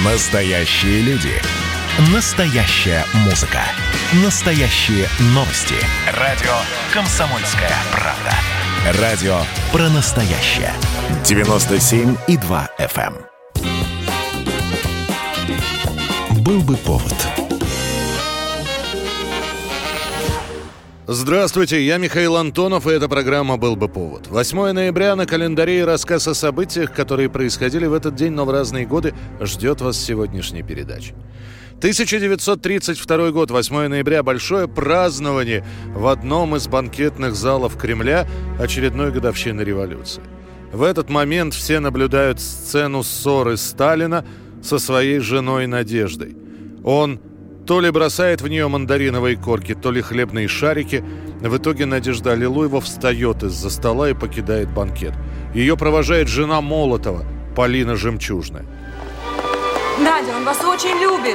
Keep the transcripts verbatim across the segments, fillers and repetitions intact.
Настоящие люди. Настоящая музыка. Настоящие новости. Радио «Комсомольская правда». Радио про настоящее. девяносто семь и два эф эм. Был бы повод. Здравствуйте, я Михаил Антонов, и эта программа «Был бы повод». восьмое ноября на календаре, и рассказ о событиях, которые происходили в этот день, но в разные годы, ждет вас в сегодняшней передаче. тысяча девятьсот тридцать второй год, восьмое ноября, большое празднование в одном из банкетных залов Кремля очередной годовщины революции. В этот момент все наблюдают сцену ссоры Сталина со своей женой Надеждой. Он то ли бросает в нее мандариновые корки, то ли хлебные шарики. В итоге Надежда Аллилуева встает из-за стола и покидает банкет. Ее провожает жена Молотова, Полина Жемчужная. Надя, он вас очень любит.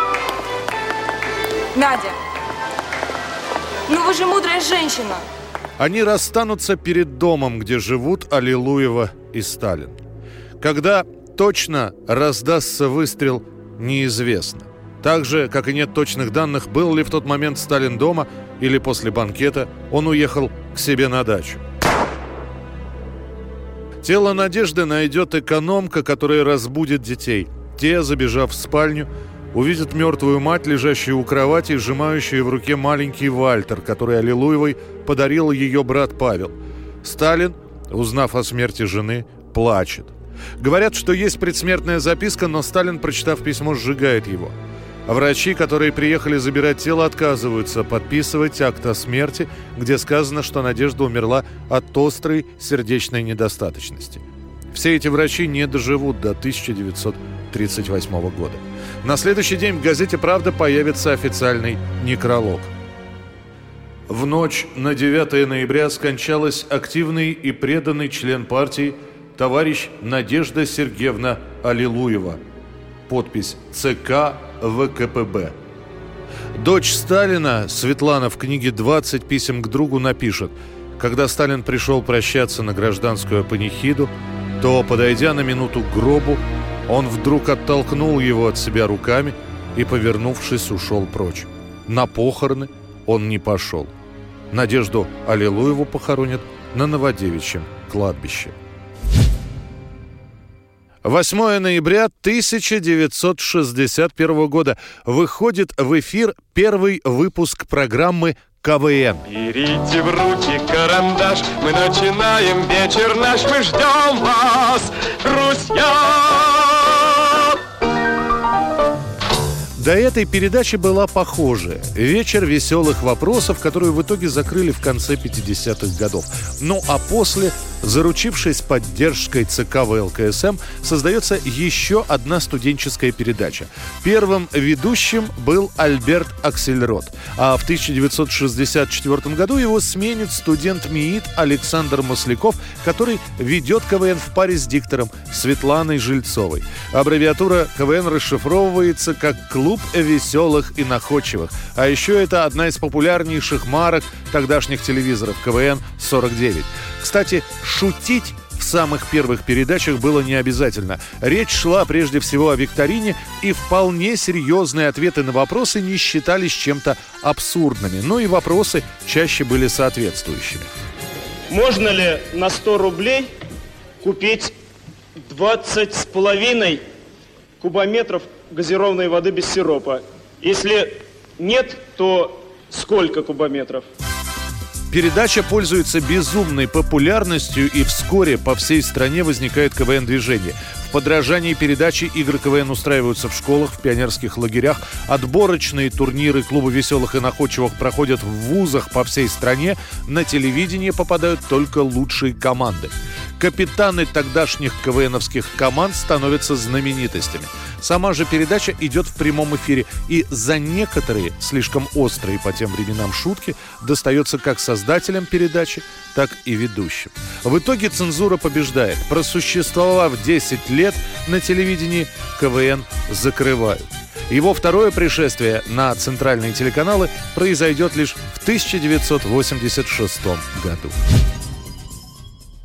Надя, ну вы же мудрая женщина. Они расстанутся перед домом, где живут Аллилуева и Сталин. Когда точно раздастся выстрел, неизвестно. Так же, как и нет точных данных, был ли в тот момент Сталин дома или после банкета он уехал к себе на дачу. Тело Надежды найдет экономка, которая разбудит детей. Те, забежав в спальню, увидят мертвую мать, лежащую у кровати и сжимающую в руке маленький Вальтер, который Аллилуевой подарил ее брат Павел. Сталин, узнав о смерти жены, плачет. Говорят, что есть предсмертная записка, но Сталин, прочитав письмо, сжигает его. А врачи, которые приехали забирать тело, отказываются подписывать акт о смерти, где сказано, что Надежда умерла от острой сердечной недостаточности. Все эти врачи не доживут до тысяча девятьсот тридцать восьмого года. На следующий день в газете «Правда» появится официальный некролог. В ночь на девятое ноября скончалась активный и преданный член партии товарищ Надежда Сергеевна Аллилуева. Подпись ЦК ВКПБ. Дочь Сталина, Светлана, в книге «двадцать писем к другу» напишет: когда Сталин пришел прощаться на гражданскую панихиду, то, подойдя на минуту к гробу, он вдруг оттолкнул его от себя руками и, повернувшись, ушел прочь. На похороны он не пошел. Надежду Аллилуеву похоронят на Новодевичьем кладбище. восьмое ноября тысяча девятьсот шестьдесят первого года выходит в эфир первый выпуск программы КВН. Берите в руки карандаш, мы начинаем вечер наш, мы ждем вас, друзья! До этой передачи была похожая. Вечер веселых вопросов, которую в итоге закрыли в конце пятидесятых годов. Ну а после, заручившись поддержкой ЦК ВЛКСМ, создается еще одна студенческая передача. Первым ведущим был Альберт Аксельрод. А в тысяча девятьсот шестьдесят четвёртом году его сменит студент МИИТ Александр Масляков, который ведет КВН в паре с диктором Светланой Жильцовой. Аббревиатура КВН расшифровывается как «Клуб веселых и находчивых». А еще это одна из популярнейших марок тогдашних телевизоров КВН сорок девять. Кстати, шутить в самых первых передачах было не обязательно. Речь шла прежде всего о викторине, и вполне серьезные ответы на вопросы не считались чем-то абсурдными. Но и вопросы чаще были соответствующими. Можно ли на сто рублей купить двадцать с половиной кубометров газированной воды без сиропа? Если нет, то сколько кубометров? Передача пользуется безумной популярностью, и вскоре по всей стране возникает КВН-движение. В подражании передачи игры КВН устраиваются в школах, в пионерских лагерях. Отборочные турниры клуба веселых и находчивых проходят в вузах по всей стране. На телевидение попадают только лучшие команды. Капитаны тогдашних КВНовских команд становятся знаменитостями. Сама же передача идет в прямом эфире, и за некоторые, слишком острые по тем временам шутки, достается как создателям передачи, так и ведущим. В итоге цензура побеждает. Просуществовав десять лет на телевидении, КВН закрывают. Его второе пришествие на центральные телеканалы произойдет лишь в тысяча девятьсот восемьдесят шестом году.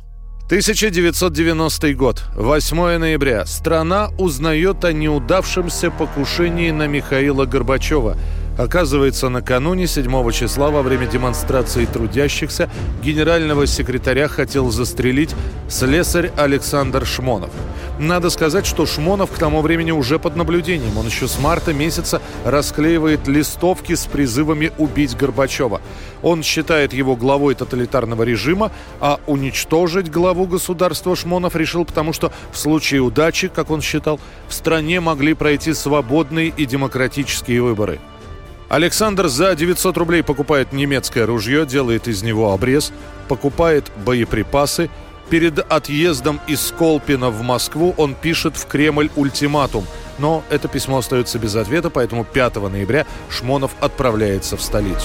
тысяча девятьсот девяностый год, восьмое ноября. Страна узнает о неудавшемся покушении на Михаила Горбачева. Оказывается, накануне седьмого числа во время демонстрации трудящихся генерального секретаря хотел застрелить слесарь Александр Шмонов. Надо сказать, что Шмонов к тому времени уже под наблюдением. Он еще с марта месяца расклеивает листовки с призывами убить Горбачева. Он считает его главой тоталитарного режима, а уничтожить главу государства Шмонов решил, потому что в случае удачи, как он считал, в стране могли пройти свободные и демократические выборы. Александр за девятьсот рублей покупает немецкое ружье, делает из него обрез, покупает боеприпасы. Перед отъездом из Колпино в Москву он пишет в Кремль ультиматум. Но это письмо остается без ответа, поэтому пятого ноября Шмонов отправляется в столицу.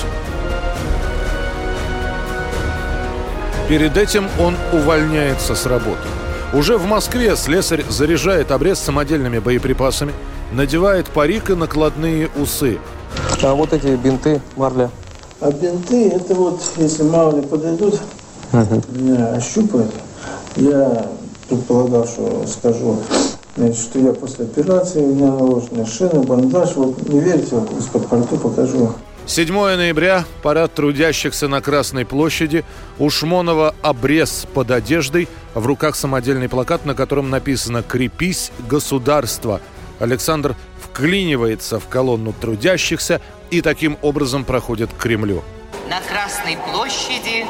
Перед этим он увольняется с работы. Уже в Москве слесарь заряжает обрез самодельными боеприпасами, надевает парик и накладные усы. А вот эти бинты, марля? А бинты, это вот, если мало ли подойдут, uh-huh. меня ощупают. Я предполагал, что скажу, значит, что я после операции, у меня наложены шины, бандаж. Вот не верите, вот из-под пальто покажу. седьмое ноября, парад трудящихся на Красной площади. У Шмонова обрез под одеждой, в руках самодельный плакат, на котором написано «Крепись, государство». Александр вклинивается в колонну трудящихся и таким образом проходит к Кремлю. На Красной площади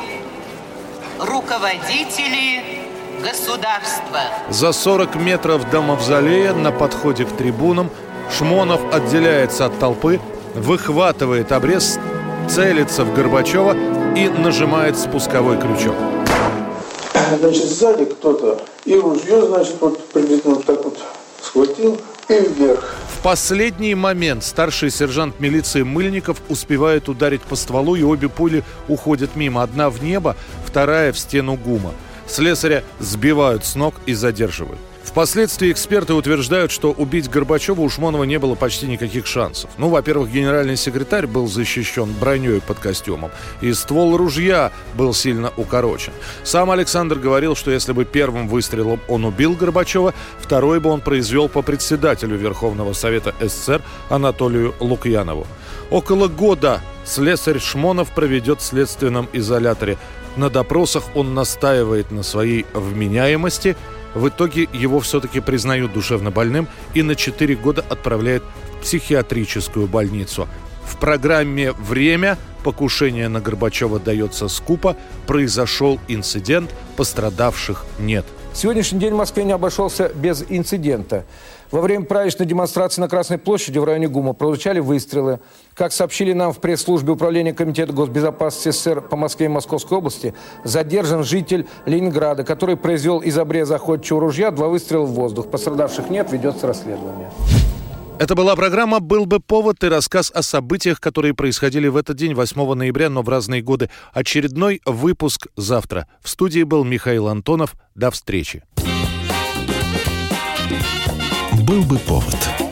руководители государства. За сорок метров до мавзолея на подходе к трибунам Шмонов отделяется от толпы, выхватывает обрез, целится в Горбачева и нажимает спусковой крючок. Значит, сзади кто-то и ружье, значит, вот приблизительно вот так вот схватил и вверх. В последний момент старший сержант милиции Мыльников успевает ударить по стволу, и обе пули уходят мимо. Одна в небо, вторая в стену ГУМа. Слесаря сбивают с ног и задерживают. Впоследствии эксперты утверждают, что убить Горбачева у Шмонова не было почти никаких шансов. Ну, во-первых, генеральный секретарь был защищен броней под костюмом, и ствол ружья был сильно укорочен. Сам Александр говорил, что если бы первым выстрелом он убил Горбачева, второй бы он произвел по председателю Верховного Совета СССР Анатолию Лукьянову. Около года слесарь Шмонов проведет в следственном изоляторе. На допросах он настаивает на своей вменяемости. В итоге его все-таки признают душевно больным и на четыре года отправляют в психиатрическую больницу. В программе «Время» покушение на Горбачева дается скупо. Произошел инцидент, пострадавших нет. Сегодняшний день в Москве не обошелся без инцидента. Во время праздничной демонстрации на Красной площади в районе ГУМа прозвучали выстрелы. Как сообщили нам в пресс-службе Управления Комитета госбезопасности СССР по Москве и Московской области, задержан житель Ленинграда, который произвел из обреза охотничьего ружья два выстрела в воздух. Пострадавших нет, ведется расследование. Это была программа «Был бы повод» и рассказ о событиях, которые происходили в этот день, восьмого ноября, но в разные годы. Очередной выпуск завтра. В студии был Михаил Антонов. До встречи. «Был бы повод».